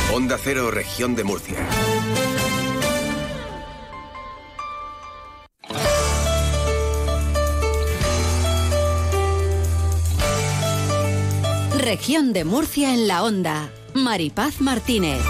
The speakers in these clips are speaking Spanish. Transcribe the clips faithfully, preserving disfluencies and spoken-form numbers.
Onda Cero, Región de Murcia. Región de Murcia en la Onda. Maripaz Martínez.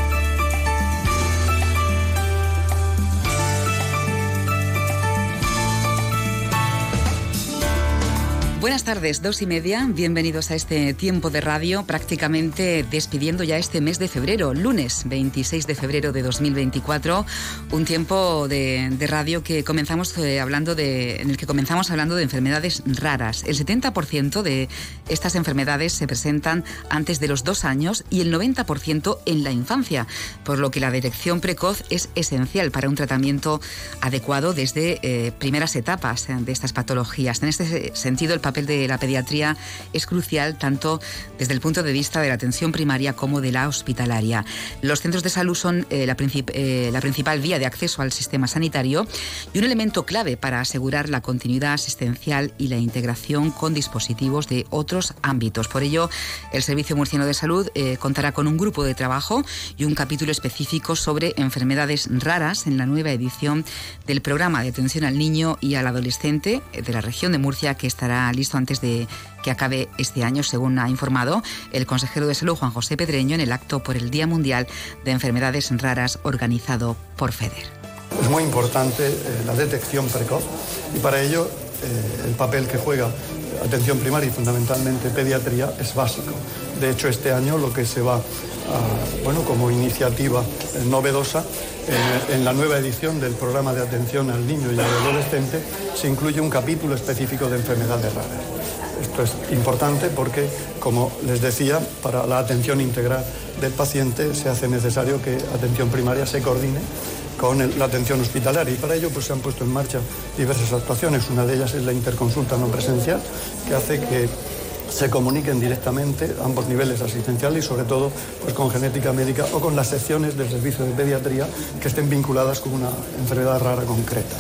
Buenas tardes, dos y media. Bienvenidos a este tiempo de radio, prácticamente despidiendo ya este mes de febrero, lunes veintiséis de febrero de dos mil veinticuatro. Un tiempo de, de radio que comenzamos eh, hablando de, en el que comenzamos hablando de enfermedades raras. El setenta por ciento de estas enfermedades se presentan antes de los dos años y el noventa por ciento en la infancia, por lo que la detección precoz es esencial para un tratamiento adecuado desde eh, primeras etapas de estas patologías. En este sentido, el papel de la pediatría es crucial tanto desde el punto de vista de la atención primaria como de la hospitalaria. Los centros de salud son eh, la, princip- eh, la principal vía de acceso al sistema sanitario y un elemento clave para asegurar la continuidad asistencial y la integración con dispositivos de otros ámbitos. Por ello, el Servicio Murciano de Salud eh, contará con un grupo de trabajo y un capítulo específico sobre enfermedades raras en la nueva edición del programa de atención al niño y al adolescente de la región de Murcia, que estará listo antes de que acabe este año, según ha informado el consejero de Salud, Juan José Pedreño, en el acto por el Día Mundial de Enfermedades Raras organizado por FEDER. Es muy importante eh, la detección precoz y para ello eh, el papel que juega atención primaria y fundamentalmente pediatría es básico. De hecho, este año lo que se va a, bueno, como iniciativa eh, novedosa en, en la nueva edición del programa de atención al niño y al adolescente se incluye un capítulo específico de enfermedades raras. Esto es importante porque, como les decía, para la atención integral del paciente se hace necesario que atención primaria se coordine con el, la atención hospitalaria y para ello pues, se han puesto en marcha diversas actuaciones. Una de ellas es la interconsulta no presencial, que hace que se comuniquen directamente ambos niveles asistenciales y sobre todo pues, con genética médica o con las secciones del servicio de pediatría que estén vinculadas con una enfermedad rara concreta.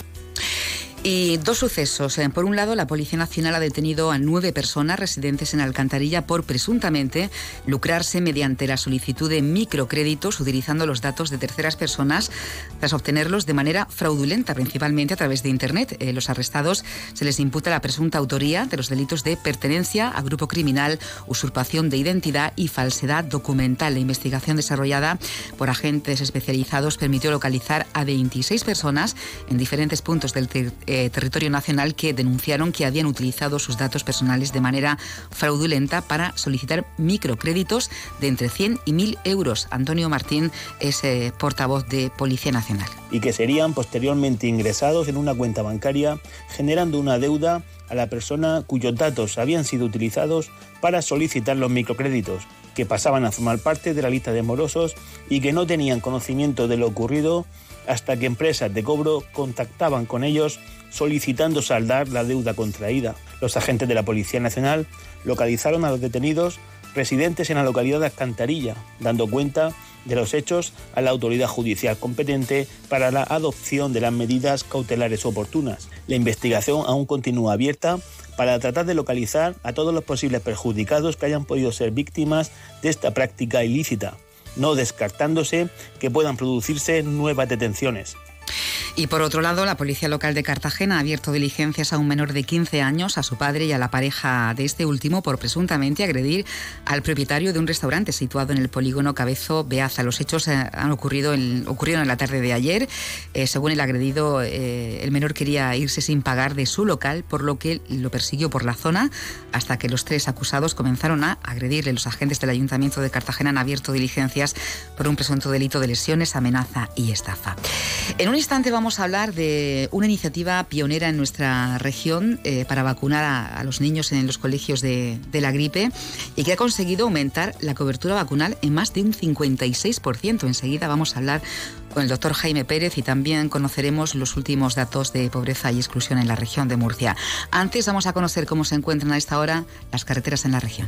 Y dos sucesos. Por un lado, la Policía Nacional ha detenido a nueve personas residentes en Alcantarilla por presuntamente lucrarse mediante la solicitud de microcréditos utilizando los datos de terceras personas tras obtenerlos de manera fraudulenta, principalmente a través de Internet. Eh, los arrestados se les imputa la presunta autoría de los delitos de pertenencia a grupo criminal, usurpación de identidad y falsedad documental. La investigación desarrollada por agentes especializados permitió localizar a veintiséis personas en diferentes puntos del territorio Eh, territorio nacional que denunciaron que habían utilizado sus datos personales de manera fraudulenta para solicitar microcréditos de entre cien y mil euros. Antonio Martín es eh, portavoz de Policía Nacional. Y que serían posteriormente ingresados en una cuenta bancaria, generando una deuda a la persona cuyos datos habían sido utilizados para solicitar los microcréditos, que pasaban a formar parte de la lista de morosos y que no tenían conocimiento de lo ocurrido hasta que empresas de cobro contactaban con ellos solicitando saldar la deuda contraída. Los agentes de la Policía Nacional localizaron a los detenidos residentes en la localidad de Alcantarilla, dando cuenta de los hechos a la autoridad judicial competente para la adopción de las medidas cautelares oportunas. La investigación aún continúa abierta para tratar de localizar a todos los posibles perjudicados que hayan podido ser víctimas de esta práctica ilícita, no descartándose que puedan producirse nuevas detenciones. Y por otro lado, la Policía Local de Cartagena ha abierto diligencias a un menor de quince años, a su padre y a la pareja de este último por presuntamente agredir al propietario de un restaurante situado en el polígono Cabezo Beaza. Los hechos eh, han ocurrido en, ocurrieron en la tarde de ayer. Eh, según el agredido, eh, el menor quería irse sin pagar de su local, por lo que lo persiguió por la zona hasta que los tres acusados comenzaron a agredirle. Los agentes del Ayuntamiento de Cartagena han abierto diligencias por un presunto delito de lesiones, amenaza y estafa. En un instante vamos Vamos a hablar de una iniciativa pionera en nuestra región eh, para vacunar a, a los niños en los colegios de, de la gripe y que ha conseguido aumentar la cobertura vacunal en más de un cincuenta y seis por ciento. Enseguida vamos a hablar con el doctor Jaime Pérez y también conoceremos los últimos datos de pobreza y exclusión en la región de Murcia. Antes vamos a conocer cómo se encuentran a esta hora las carreteras en la región.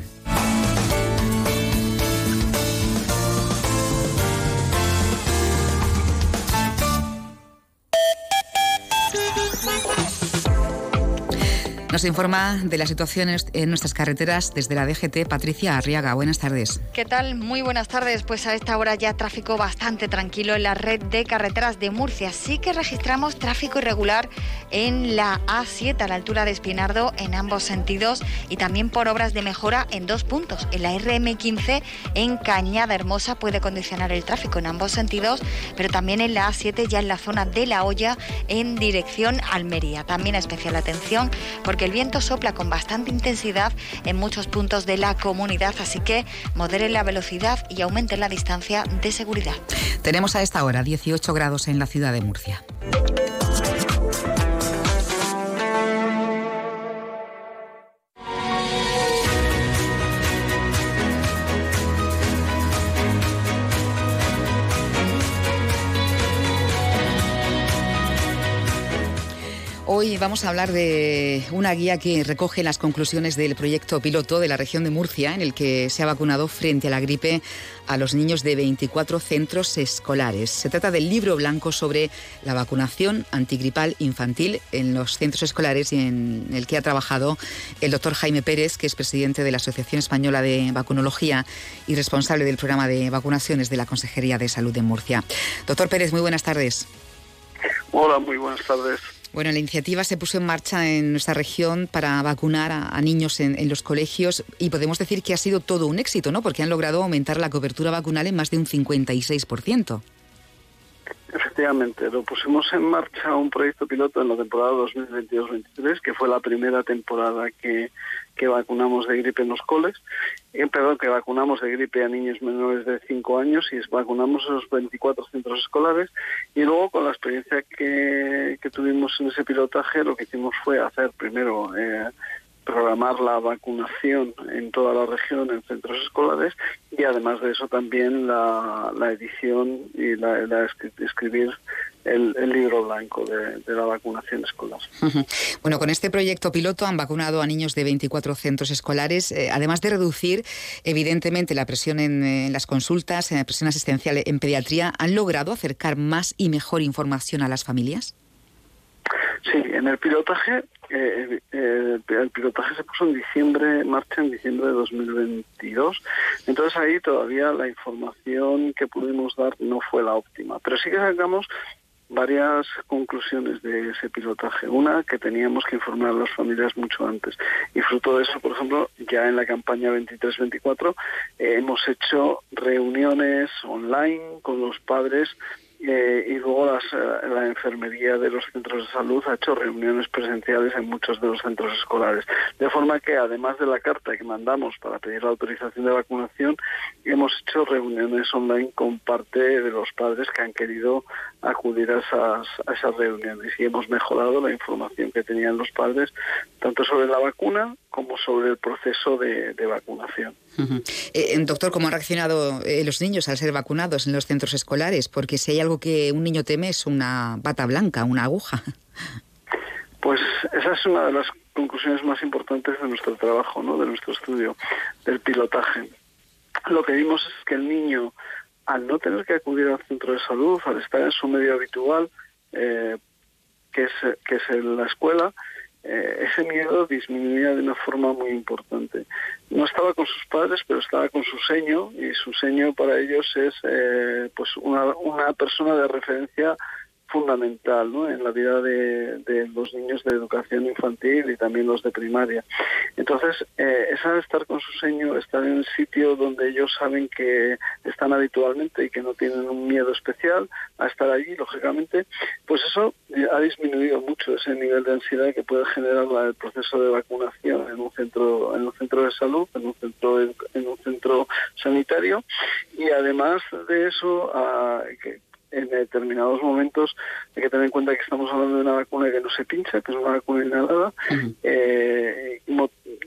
Nos informa de la situación en nuestras carreteras desde la D G T, Patricia Arriaga. Buenas tardes. ¿Qué tal? Muy buenas tardes. Pues a esta hora ya tráfico bastante tranquilo en la red de carreteras de Murcia. Sí que registramos tráfico irregular en la A siete a la altura de Espinardo en ambos sentidos y también por obras de mejora en dos puntos. En la R M quince en Cañada Hermosa puede condicionar el tráfico en ambos sentidos, pero también en la A siete ya en la zona de La Hoya en dirección Almería. También especial atención porque el viento sopla con bastante intensidad en muchos puntos de la comunidad, así que moderen la velocidad y aumenten la distancia de seguridad. Tenemos a esta hora dieciocho grados en la ciudad de Murcia. Hoy vamos a hablar de una guía que recoge las conclusiones del proyecto piloto de la región de Murcia, en el que se ha vacunado frente a la gripe a los niños de veinticuatro centros escolares. Se trata del libro blanco sobre la vacunación antigripal infantil en los centros escolares y en el que ha trabajado el doctor Jaime Pérez, que es presidente de la Asociación Española de Vacunología y responsable del programa de vacunaciones de la Consejería de Salud de Murcia. Doctor Pérez, muy buenas tardes. Hola, muy buenas tardes. Bueno, la iniciativa se puso en marcha en nuestra región para vacunar a, a niños en, en los colegios y podemos decir que ha sido todo un éxito, ¿no? Porque han logrado aumentar la cobertura vacunal en más de un cincuenta y seis por ciento. Efectivamente, lo pusimos en marcha un proyecto piloto en la temporada dos mil veintidós veintitrés, que fue la primera temporada que, que vacunamos de gripe en los coles, eh, perdón, que vacunamos de gripe a niños menores de cinco años y vacunamos en los veinticuatro centros escolares. Y luego, con la experiencia que, que tuvimos en ese pilotaje, lo que hicimos fue hacer primero eh, programar la vacunación en toda la región en centros escolares y además de eso también la, la edición y la, la escribir el, el libro blanco de, de la vacunación escolar. Uh-huh. Bueno, con este proyecto piloto han vacunado a niños de veinticuatro centros escolares, eh, además de reducir evidentemente la presión en, en las consultas, en la presión asistencial en pediatría. ¿Han logrado acercar más y mejor información a las familias? Sí, en el pilotaje, eh, eh, el pilotaje se puso en diciembre, en marcha en diciembre de dos mil veintidós, entonces ahí todavía la información que pudimos dar no fue la óptima, pero sí que sacamos varias conclusiones de ese pilotaje. Una, que teníamos que informar a las familias mucho antes. Y fruto de eso, por ejemplo, ya en la campaña veintitrés veinticuatro eh, hemos hecho reuniones online con los padres. Eh, y luego las, eh, la enfermería de los centros de salud ha hecho reuniones presenciales en muchos de los centros escolares. De forma que, además de la carta que mandamos para pedir la autorización de vacunación, hemos hecho reuniones online con parte de los padres que han querido acudir a esas, a esas reuniones. Y hemos mejorado la información que tenían los padres, tanto sobre la vacuna como sobre el proceso de, de vacunación. Uh-huh. Eh, doctor, ¿cómo han reaccionado eh, los niños al ser vacunados en los centros escolares? Porque si hay algo que un niño teme es una bata blanca, una aguja. Pues esa es una de las conclusiones más importantes de nuestro trabajo, ¿no? De nuestro estudio, del pilotaje. Lo que vimos es que el niño, al no tener que acudir al centro de salud, al estar en su medio habitual, eh, que es que es en la escuela, Eh, ese miedo disminuía de una forma muy importante. No estaba con sus padres, pero estaba con su seño, y su seño para ellos es eh, pues una, una persona de referencia fundamental, ¿no? En la vida de, de los niños de educación infantil y también los de primaria. Entonces, eh, esa de estar con su seño, estar en el sitio donde ellos saben que están habitualmente y que no tienen un miedo especial a estar allí, lógicamente, pues eso ha disminuido mucho ese nivel de ansiedad que puede generar la, el proceso de vacunación en un centro, en un centro de salud, en un centro, en un centro sanitario, y además de eso, a, que en determinados momentos hay que tener en cuenta que estamos hablando de una vacuna que no se pincha, que es una vacuna inhalada, uh-huh. eh, mo-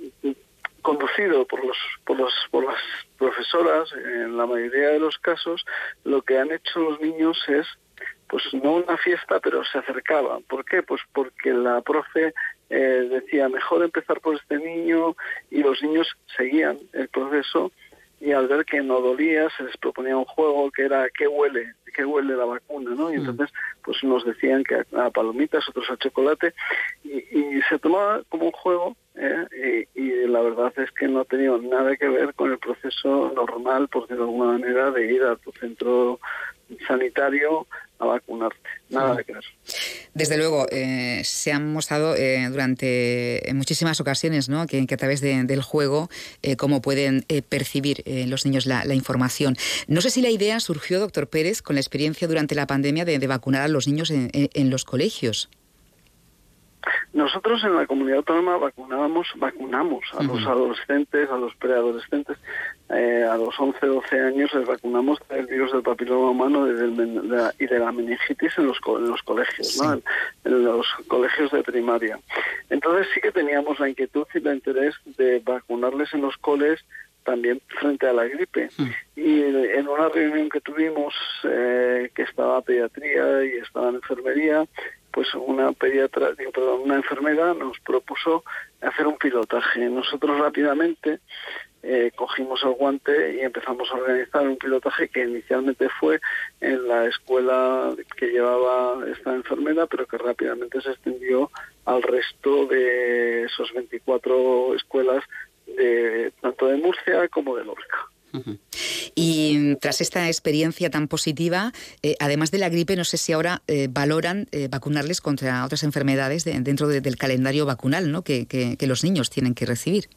conducido por los por los por las profesoras. En la mayoría de los casos, lo que han hecho los niños es, pues no una fiesta, pero se acercaban. ¿Por qué? Pues porque la profe eh, decía, mejor empezar por este niño, y los niños seguían el proceso. Y y al ver que no dolía, se les proponía un juego que era ¿qué huele? ¿Qué huele la vacuna? ¿no? Y entonces pues nos decían que a, a palomitas, otros a chocolate, y, y se tomaba como un juego, ¿eh? y, y la verdad es que no ha tenido nada que ver con el proceso normal, por decirlo de alguna manera, de ir a tu centro sanitario a vacunarte. Nada que ver. Desde luego, eh, se han mostrado eh, durante en muchísimas ocasiones, ¿no?, que, que a través de, del juego eh, cómo pueden eh, percibir eh, los niños la, la información. No sé si la idea surgió, doctor Pérez, con la experiencia durante la pandemia de, de vacunar a los niños en, en, en los colegios. Nosotros en la comunidad autónoma vacunábamos, vacunamos a uh-huh. los adolescentes, a los preadolescentes, eh, a los once, doce años les vacunamos del virus del papiloma humano y de, de la, y de la meningitis en los, en los colegios, sí. ¿no? en, en los colegios de primaria. Entonces sí que teníamos la inquietud y el interés de vacunarles en los coles también frente a la gripe. Uh-huh. Y en una reunión que tuvimos, eh, que estaba pediatría y estaba en enfermería, pues una pediatra, digo, perdón, una enfermera nos propuso hacer un pilotaje. Nosotros rápidamente eh, cogimos el guante y empezamos a organizar un pilotaje que inicialmente fue en la escuela que llevaba esta enfermera, pero que rápidamente se extendió al resto de esos veinticuatro escuelas, de tanto de Murcia como de Lorca. Uh-huh. Y tras esta experiencia tan positiva, eh, además de la gripe, no sé si ahora eh, valoran eh, vacunarles contra otras enfermedades de, dentro de, del calendario vacunal, ¿no?, que, que, que los niños tienen que recibir.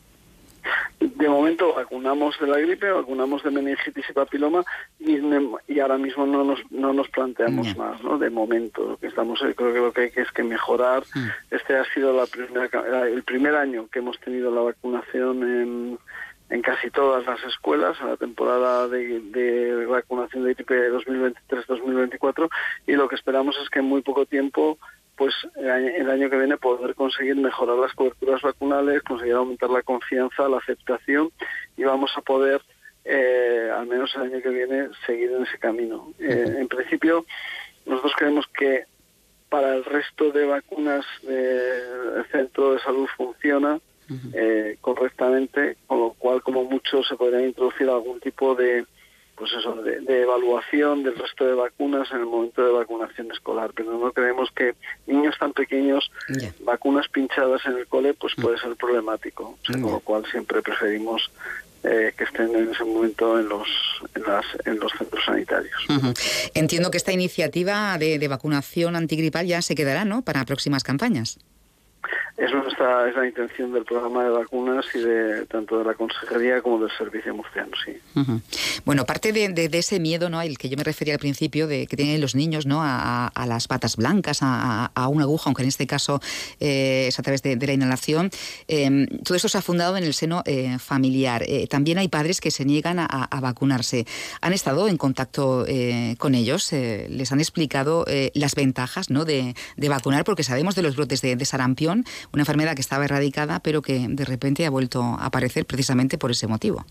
De momento vacunamos de la gripe, vacunamos de meningitis y papiloma y, y ahora mismo no nos no nos planteamos yeah. más, ¿no? De momento, lo que estamos, creo que lo que hay que es que mejorar. Mm. Este ha sido la primera, el primer año que hemos tenido la vacunación en en casi todas las escuelas, a la temporada de, de vacunación de gripe dos mil veintitrés dos mil veinticuatro, y lo que esperamos es que en muy poco tiempo, pues el año, el año que viene, poder conseguir mejorar las coberturas vacunales, conseguir aumentar la confianza, la aceptación, y vamos a poder, eh, al menos el año que viene, seguir en ese camino. Eh, en principio, nosotros creemos que para el resto de vacunas del centro de salud funciona Uh-huh. eh, correctamente, con lo cual como mucho se podría introducir algún tipo de pues eso de, de evaluación del resto de vacunas en el momento de vacunación escolar, pero no creemos que niños tan pequeños, yeah. vacunas pinchadas en el cole, pues puede ser problemático, o sea, yeah. con lo cual siempre preferimos eh, que estén en ese momento en los en, las, en los centros sanitarios. Uh-huh. Entiendo que esta iniciativa de, de vacunación antigripal ya se quedará, ¿no?, para próximas campañas. Es nuestra es la intención del programa de vacunas y de tanto de la consejería como del servicio murciano, sí. Uh-huh. Bueno, parte de, de, de ese miedo, ¿no?, el que yo me refería al principio, de que tienen los niños, ¿no?, a, a las batas blancas, a, a una aguja, aunque en este caso eh, es a través de, de la inhalación. Eh, todo eso se ha fundado en el seno eh, familiar. Eh, también hay padres que se niegan a, a vacunarse. ¿Han estado en contacto eh, con ellos? Eh, ¿Les han explicado eh, las ventajas, ¿no?, de, de vacunar? Porque sabemos de los brotes de, de sarampión, una enfermedad que estaba erradicada, pero que de repente ha vuelto a aparecer precisamente por ese motivo.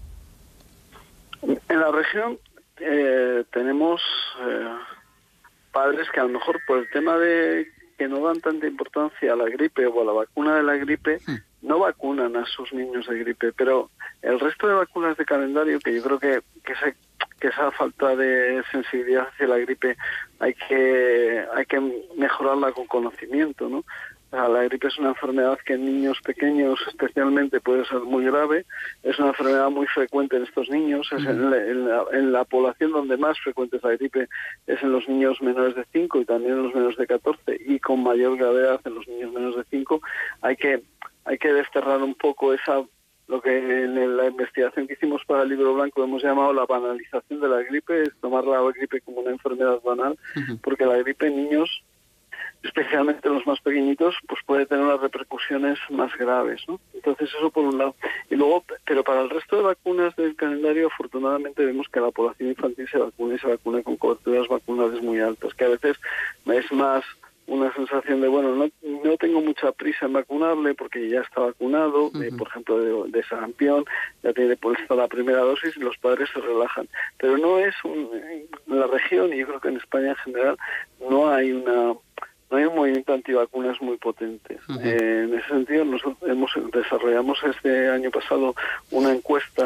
En la región eh, tenemos eh, padres que a lo mejor por el tema de que no dan tanta importancia a la gripe o a la vacuna de la gripe, hmm. no vacunan a sus niños de gripe, pero el resto de vacunas de calendario, que yo creo que, que, se, que esa falta de sensibilidad hacia la gripe hay que, hay que mejorarla con conocimiento, ¿no? La gripe es una enfermedad que en niños pequeños especialmente puede ser muy grave, es una enfermedad muy frecuente en estos niños, es en, la, en, la, en la población donde más frecuente es la gripe es en los niños menores de cinco y también en los menores de catorce, y con mayor gravedad en los niños menores de cinco. Hay que hay que desterrar un poco esa lo que en la investigación que hicimos para el libro blanco hemos llamado la banalización de la gripe, es tomar la gripe como una enfermedad banal, uh-huh. porque la gripe en niños, especialmente los más pequeñitos, pues puede tener unas repercusiones más graves, ¿no? Entonces eso por un lado. Y luego, pero para el resto de vacunas del calendario, afortunadamente vemos que la población infantil se vacuna y se vacuna con coberturas vacunales muy altas, que a veces es más una sensación de, bueno, no, no tengo mucha prisa en vacunarle porque ya está vacunado, uh-huh. eh, por ejemplo, de, de sarampión, ya tiene puesta la primera dosis y los padres se relajan. Pero no es un, en la región, y yo creo que en España en general, no hay una... No hay un movimiento antivacunas muy potente. Uh-huh. Eh, en ese sentido, nosotros hemos desarrollamos este año pasado una encuesta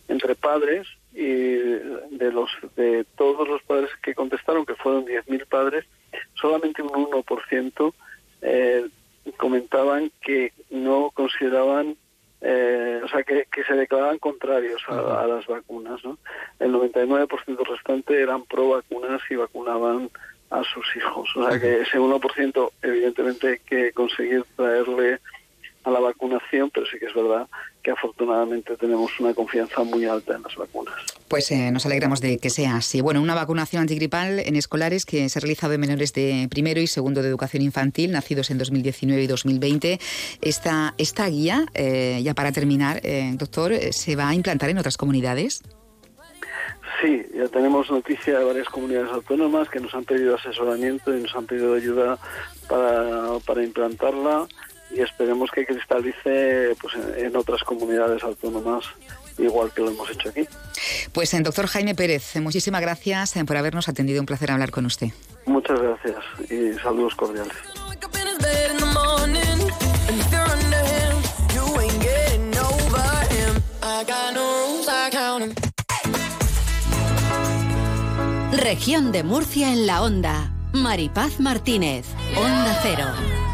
entre padres, y de los de todos los padres que contestaron, que fueron diez mil padres, solamente un uno por ciento eh, comentaban que no consideraban, eh, o sea, que, que se declaraban contrarios a, a las vacunas, ¿no? El noventa y nueve por ciento restante eran pro vacunas y vacunaban a sus hijos. O sea, que ese uno por ciento evidentemente hay que conseguir traerle a la vacunación, pero sí que es verdad que afortunadamente tenemos una confianza muy alta en las vacunas. Pues eh, nos alegramos de que sea así. Bueno, una vacunación antigripal en escolares que se ha realizado en menores de primero y segundo de educación infantil, nacidos en dos mil diecinueve y dos mil veinte. Esta, esta guía, eh, ya para terminar, eh, doctor, ¿se va a implantar en otras comunidades? Sí, ya tenemos noticia de varias comunidades autónomas que nos han pedido asesoramiento y nos han pedido ayuda para, para implantarla, y esperemos que cristalice pues en, en otras comunidades autónomas, igual que lo hemos hecho aquí. Pues en doctor Jaime Pérez, muchísimas gracias por habernos atendido. Un placer hablar con usted. Muchas gracias y saludos cordiales. Región de Murcia en la Onda. Maripaz Martínez, Onda Cero.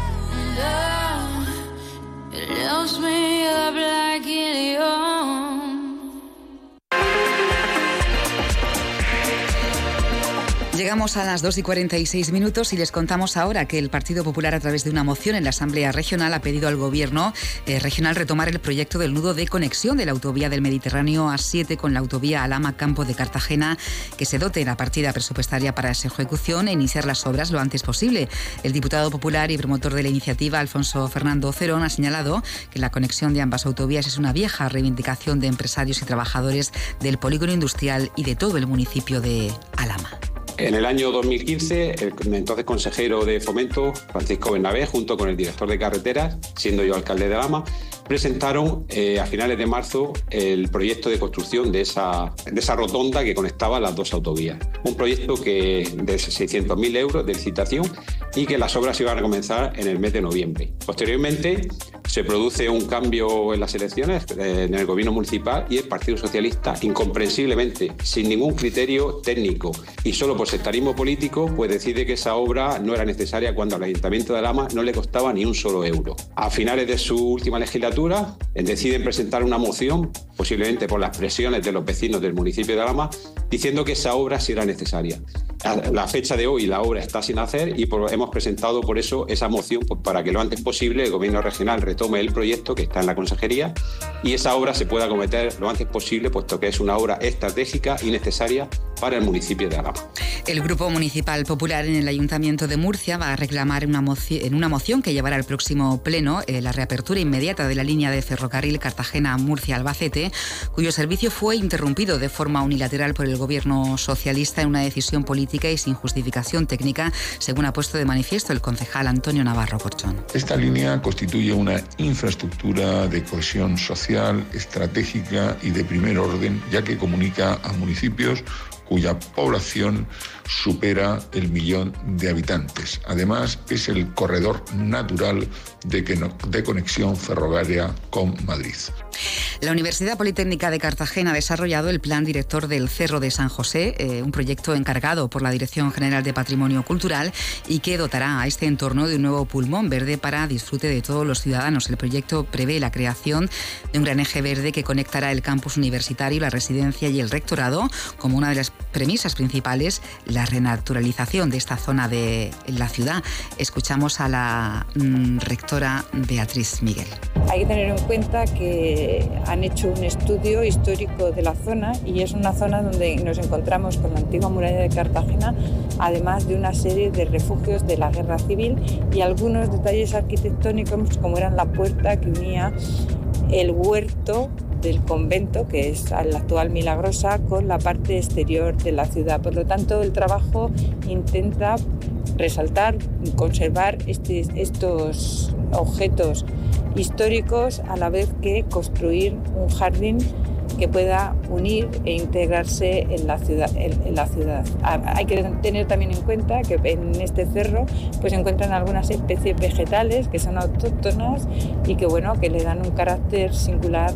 Llegamos a las dos y cuarenta y seis minutos y les contamos ahora que el Partido Popular, a través de una moción en la Asamblea Regional, ha pedido al Gobierno eh, regional retomar el proyecto del nudo de conexión de la autovía del Mediterráneo A siete con la autovía Alhama-Campo de Cartagena, que se dote la partida presupuestaria para su ejecución e iniciar las obras lo antes posible. El diputado popular y promotor de la iniciativa, Alfonso Fernando Cerón, ha señalado que la conexión de ambas autovías es una vieja reivindicación de empresarios y trabajadores del polígono industrial y de todo el municipio de Alhama. En el año dos mil quince, el entonces consejero de Fomento, Francisco Bernabé, junto con el director de carreteras, siendo yo alcalde de Alhama, presentaron eh, a finales de marzo el proyecto de construcción de esa, de esa rotonda que conectaba las dos autovías. Un proyecto que de seiscientos mil euros de licitación y que las obras iban a comenzar en el mes de noviembre. Posteriormente se produce un cambio en las elecciones eh, en el gobierno municipal y el Partido Socialista, incomprensiblemente, sin ningún criterio técnico y solo por sectarismo político, pues decide que esa obra no era necesaria cuando al Ayuntamiento de Alhama no le costaba ni un solo euro. A finales de su última legislatura deciden presentar una moción, posiblemente por las presiones de los vecinos del municipio de Alhama, diciendo que esa obra sí era necesaria. A la fecha de hoy la obra está sin hacer y por, hemos presentado por eso esa moción, pues, para que lo antes posible el Gobierno regional retome el proyecto que está en la consejería y esa obra se pueda acometer lo antes posible, puesto que es una obra estratégica y necesaria para el municipio de Alhama. El Grupo Municipal Popular en el Ayuntamiento de Murcia va a reclamar una moción, en una moción que llevará al próximo pleno eh, la reapertura inmediata de la línea de ferrocarril Cartagena-Murcia-Albacete, cuyo servicio fue interrumpido de forma unilateral por el Gobierno socialista en una decisión política y sin justificación técnica, según ha puesto de manifiesto el concejal Antonio Navarro Corchón. Esta línea constituye una infraestructura de cohesión social, estratégica y de primer orden, ya que comunica a municipios cuya población supera el millón de habitantes. Además, es el corredor natural de, que no, de conexión ferroviaria con Madrid. La Universidad Politécnica de Cartagena ha desarrollado el Plan Director del Cerro de San José, eh, un proyecto encargado por la Dirección General de Patrimonio Cultural y que dotará a este entorno de un nuevo pulmón verde para disfrute de todos los ciudadanos. El proyecto prevé la creación de un gran eje verde que conectará el campus universitario, la residencia y el rectorado. Como una de las premisas principales, la renaturalización de esta zona de la ciudad. Escuchamos a la mm, rectora Beatriz Miguel. Hay que tener en cuenta que han hecho un estudio histórico de la zona y es una zona donde nos encontramos con la antigua muralla de Cartagena, además de una serie de refugios de la guerra civil y algunos detalles arquitectónicos como eran la puerta que unía el huerto del convento, que es la actual Milagrosa, con la parte exterior de la ciudad. Por lo tanto, el trabajo intenta resaltar, conservar este, estos objetos históricos a la vez que construir un jardín que pueda unir e integrarse en la ciudad. En, en la ciudad. Hay que tener también en cuenta que en este cerro pues, se encuentran algunas especies vegetales que son autóctonas y que, bueno, que le dan un carácter singular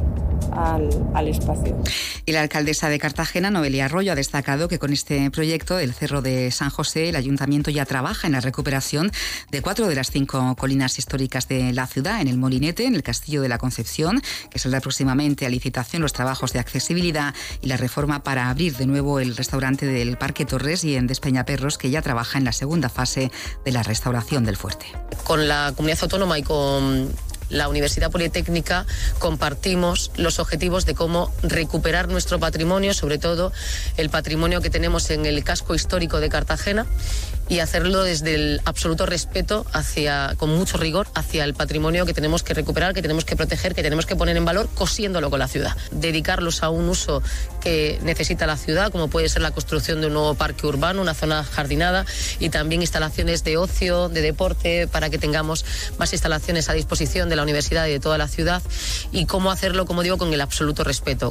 al, al espacio. Y la alcaldesa de Cartagena, Noelia Arroyo, ha destacado que con este proyecto del Cerro de San José, el ayuntamiento ya trabaja en la recuperación de cuatro de las cinco colinas históricas de la ciudad, en el Molinete, en el Castillo de la Concepción, que saldrá próximamente a licitación los trabajos de accesibilidad y la reforma para abrir de nuevo el restaurante del Parque Torres, y en Despeñaperros, que ya trabaja en la segunda fase de la restauración del fuerte. Con la comunidad autónoma y con la Universidad Politécnica compartimos los objetivos de cómo recuperar nuestro patrimonio, sobre todo el patrimonio que tenemos en el casco histórico de Cartagena, y hacerlo desde el absoluto respeto, hacia, con mucho rigor, hacia el patrimonio que tenemos que recuperar, que tenemos que proteger, que tenemos que poner en valor, cosiéndolo con la ciudad. Dedicarlos a un uso que necesita la ciudad, como puede ser la construcción de un nuevo parque urbano, una zona jardinada, y también instalaciones de ocio, de deporte, para que tengamos más instalaciones a disposición de la universidad y de toda la ciudad, y cómo hacerlo, como digo, con el absoluto respeto.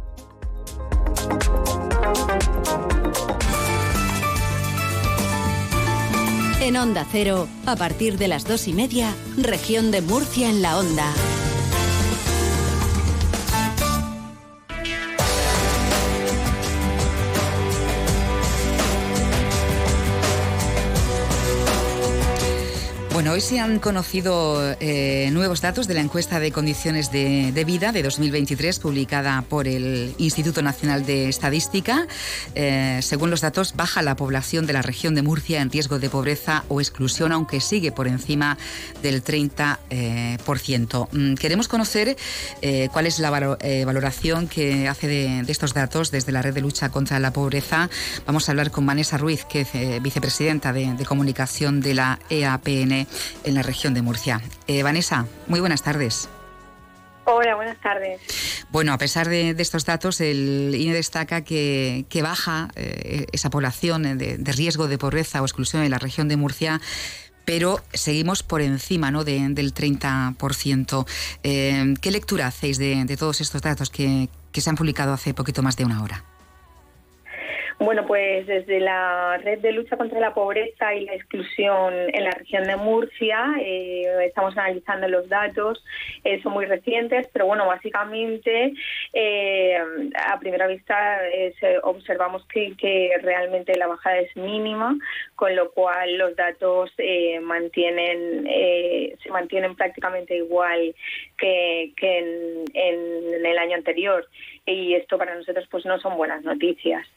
En Onda Cero, a partir de las dos y media, Región de Murcia en la Onda. Bueno, hoy se han conocido eh, nuevos datos de la encuesta de condiciones de, de vida de dos mil veintitrés, publicada por el Instituto Nacional de Estadística. Eh, según los datos, baja la población de la región de Murcia en riesgo de pobreza o exclusión, aunque sigue por encima del treinta por ciento. Eh, Queremos conocer eh, cuál es la valo, eh, valoración que hace de, de estos datos desde la Red de Lucha contra la Pobreza. Vamos a hablar con Vanessa Ruiz, que es eh, vicepresidenta de, de comunicación de la E A P N en la región de Murcia. Eh, Vanessa, muy buenas tardes. Hola, buenas tardes. Bueno, a pesar de, de estos datos, el I N E destaca que, que baja eh, esa población de, de riesgo de pobreza o exclusión en la región de Murcia, pero seguimos por encima, ¿no?, de, del treinta por ciento. Eh, ¿Qué lectura hacéis de, de todos estos datos que, que se han publicado hace poquito más de una hora? Bueno, pues desde la Red de Lucha contra la Pobreza y la Exclusión en la región de Murcia eh, estamos analizando los datos, eh, son muy recientes, pero bueno, básicamente eh, a primera vista eh, observamos que, que realmente la bajada es mínima, con lo cual los datos eh, mantienen eh, se mantienen prácticamente igual que, que en, en el año anterior, y esto para nosotros pues no son buenas noticias.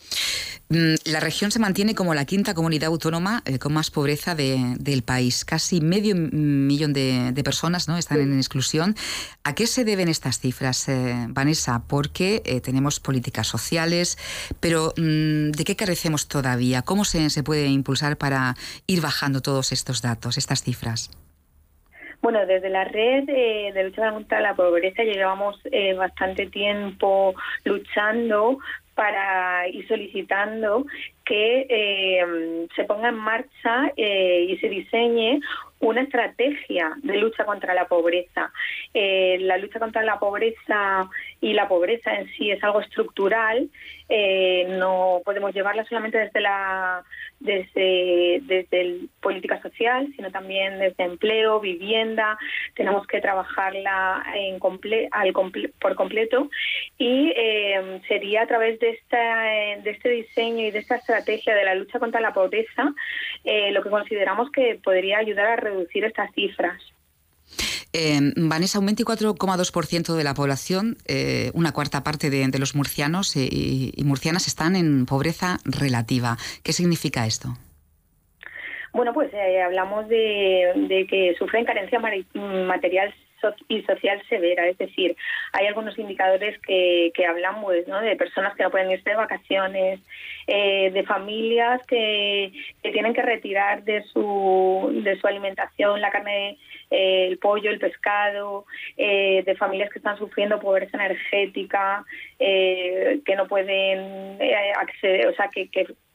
La región se mantiene como la quinta comunidad autónoma eh, con más pobreza de, del país. Casi medio millón de, de personas, ¿no?, están en exclusión. ¿A qué se deben estas cifras, eh, Vanessa? Porque eh, tenemos políticas sociales, pero mm, ¿de qué carecemos todavía? ¿Cómo se, se puede impulsar para ir bajando todos estos datos, estas cifras? Bueno, desde la red eh, de lucha contra la pobreza llevamos eh, bastante tiempo luchando para ir solicitando que eh, se ponga en marcha eh, y se diseñe una estrategia de lucha contra la pobreza. Eh, la lucha contra la pobreza y la pobreza en sí es algo estructural. Eh, no podemos llevarla solamente desde la desde desde el política social, sino también desde empleo, vivienda. Tenemos que trabajarla en comple al comple por completo, y eh, sería a través de esta de este diseño y de esta estrategia de la lucha contra la pobreza eh, lo que consideramos que podría ayudar a reducir estas cifras. Eh, Vanessa, un veinticuatro coma dos por ciento de la población, eh, una cuarta parte de, de los murcianos eh, y, y murcianas están en pobreza relativa. ¿Qué significa esto? Bueno, pues eh, hablamos de, de que sufren carencia material y social severa, es decir, hay algunos indicadores que, que hablan pues, ¿no?, de personas que no pueden irse de vacaciones, eh, de familias que, que tienen que retirar de su de su alimentación la carne, eh, el pollo, el pescado, eh, de familias que están sufriendo pobreza energética, eh, que no pueden eh, acceder, o sea, que, que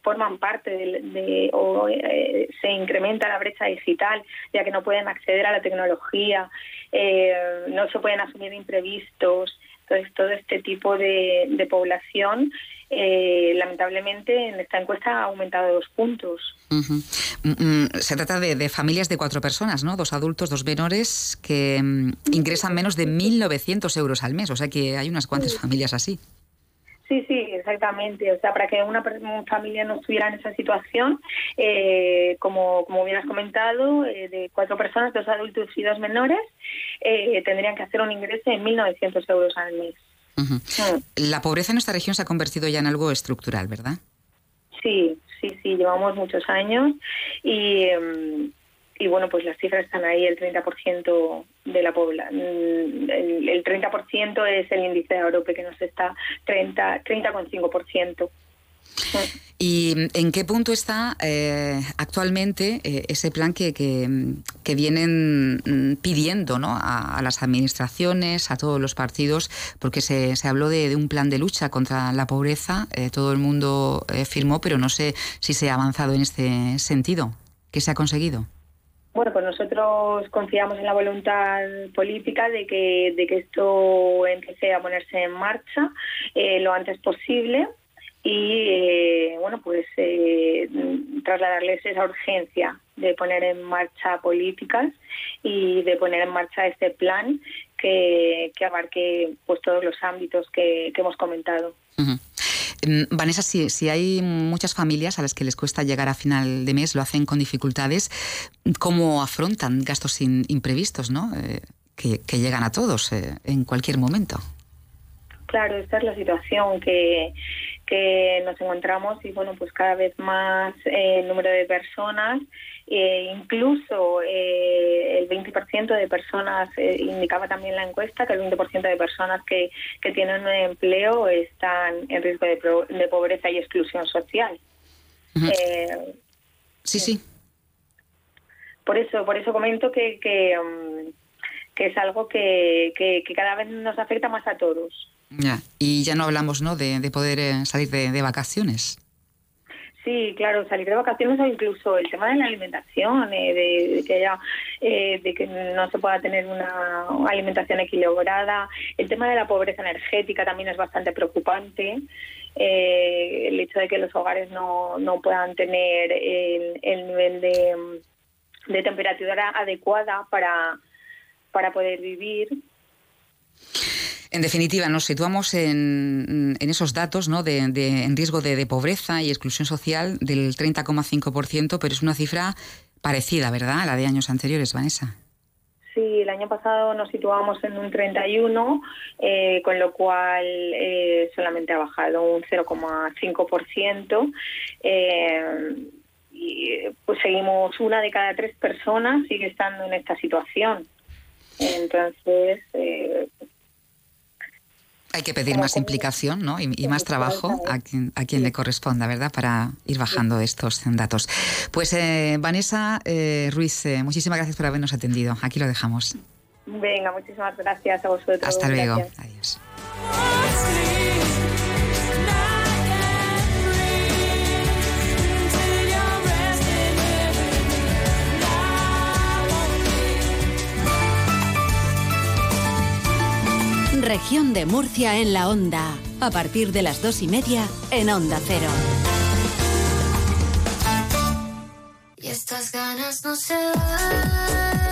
forman parte de, de o eh, se incrementa la brecha digital, ya que no pueden acceder a la tecnología, eh, no se pueden asumir imprevistos. Entonces, todo este tipo de, de población, eh, lamentablemente, en esta encuesta ha aumentado dos puntos. Uh-huh. Se trata de, de familias de cuatro personas, ¿no? Dos adultos, dos menores, que um, ingresan menos de mil novecientos euros al mes. O sea que hay unas cuantas familias así. Sí, sí, exactamente. O sea, para que una, una familia no estuviera en esa situación, eh, como, como bien has comentado, eh, de cuatro personas, dos adultos y dos menores, eh, tendrían que hacer un ingreso de mil novecientos euros al mes. Uh-huh. Mm. La pobreza en nuestra región se ha convertido ya en algo estructural, ¿verdad? Sí, sí, sí, llevamos muchos años y... Um, Y bueno, pues las cifras están ahí, el treinta por ciento de la población. El, el treinta por ciento es el índice de Arope, que nos está treinta coma cinco por ciento. ¿Y en qué punto está eh, actualmente eh, ese plan que, que, que vienen pidiendo, ¿no? a, a las administraciones, a todos los partidos? Porque se, se habló de, de un plan de lucha contra la pobreza, eh, todo el mundo eh, firmó, pero no sé si se ha avanzado en este sentido. ¿Qué se ha conseguido? Bueno, pues nosotros confiamos en la voluntad política de que de que esto empiece a ponerse en marcha eh, lo antes posible y, eh, bueno, pues eh, trasladarles esa urgencia de poner en marcha políticas y de poner en marcha este plan que, que abarque pues todos los ámbitos que, que hemos comentado. Uh-huh. Vanessa, si, si hay muchas familias a las que les cuesta llegar a final de mes, lo hacen con dificultades, ¿cómo afrontan gastos in, imprevistos, ¿no? Eh, que, que llegan a todos eh, en cualquier momento? Claro, esta es la situación que, que nos encontramos y bueno, pues cada vez más eh, número de personas, eh, incluso eh, el veinte por ciento de personas, eh, indicaba también la encuesta que el veinte por ciento de personas que, que tienen un empleo están en riesgo de, pro, de pobreza y exclusión social. Uh-huh. eh, sí, sí. Por eso, por eso comento que, que, um, que es algo que, que, que cada vez nos afecta más a todos. Ya. Y ya no hablamos, ¿no?, de, de poder eh, salir de, de vacaciones. Sí, claro, salir de vacaciones o incluso el tema de la alimentación, eh, de, de que haya, eh, de que no se pueda tener una alimentación equilibrada. El tema de la pobreza energética también es bastante preocupante. Eh, el hecho de que los hogares no, no puedan tener el, el nivel de, de temperatura adecuada para, para poder vivir. En definitiva, nos situamos en, en esos datos, ¿no?, de, de, en riesgo de, de pobreza y exclusión social del treinta coma cinco por ciento, pero es una cifra parecida, ¿verdad?, a la de años anteriores, Vanessa. Sí, el año pasado nos situábamos en un treinta y uno, eh, con lo cual eh, solamente ha bajado un cero coma cinco por ciento. Eh, y pues seguimos, una de cada tres personas sigue estando en esta situación. Entonces... Eh, Hay que pedir más implicación, ¿no?, y, y más trabajo a quien, a quien le corresponda, ¿verdad?, para ir bajando estos datos. Pues eh, Vanessa eh, Ruiz, eh, muchísimas gracias por habernos atendido. Aquí lo dejamos. Venga, muchísimas gracias a vosotros. Hasta luego. Gracias. Adiós. Región de Murcia en la Onda. A partir de las dos y media en Onda Cero. Y estas ganas no se van.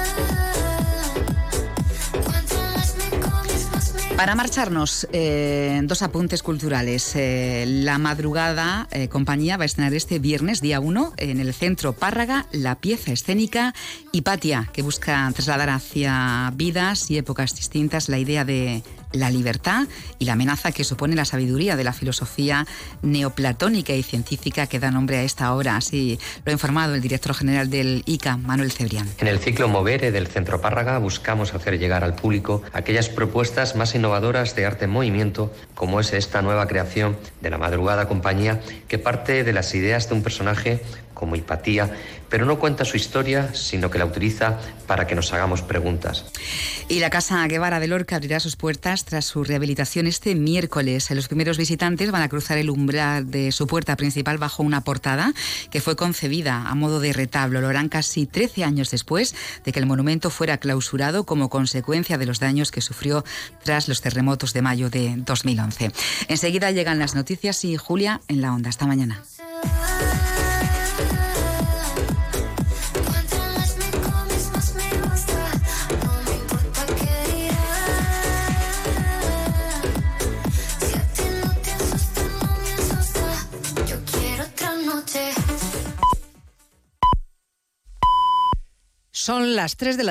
Para marcharnos, eh, dos apuntes culturales. Eh, la Madrugada eh, Compañía va a estrenar este viernes, día uno, en el Centro Párraga, la pieza escénica Hipatia, que busca trasladar hacia vidas y épocas distintas la idea de la libertad y la amenaza que supone la sabiduría de la filosofía neoplatónica y científica que da nombre a esta obra. Así lo ha informado el director general del I C A, Manuel Cebrián. En el ciclo Movere del Centro Párraga buscamos hacer llegar al público aquellas propuestas más innovadoras de arte en movimiento, como es esta nueva creación de la Madrugada Compañía, que parte de las ideas de un personaje como Hipatía, pero no cuenta su historia, sino que la utiliza para que nos hagamos preguntas. Y la Casa Guevara de Lorca abrirá sus puertas tras su rehabilitación este miércoles. Los primeros visitantes van a cruzar el umbral de su puerta principal bajo una portada que fue concebida a modo de retablo. Lo harán casi trece años después de que el monumento fuera clausurado como consecuencia de los daños que sufrió tras los terremotos de mayo de dos mil once. Enseguida llegan las noticias y Julia en la Onda. Hasta mañana. Son las tres de la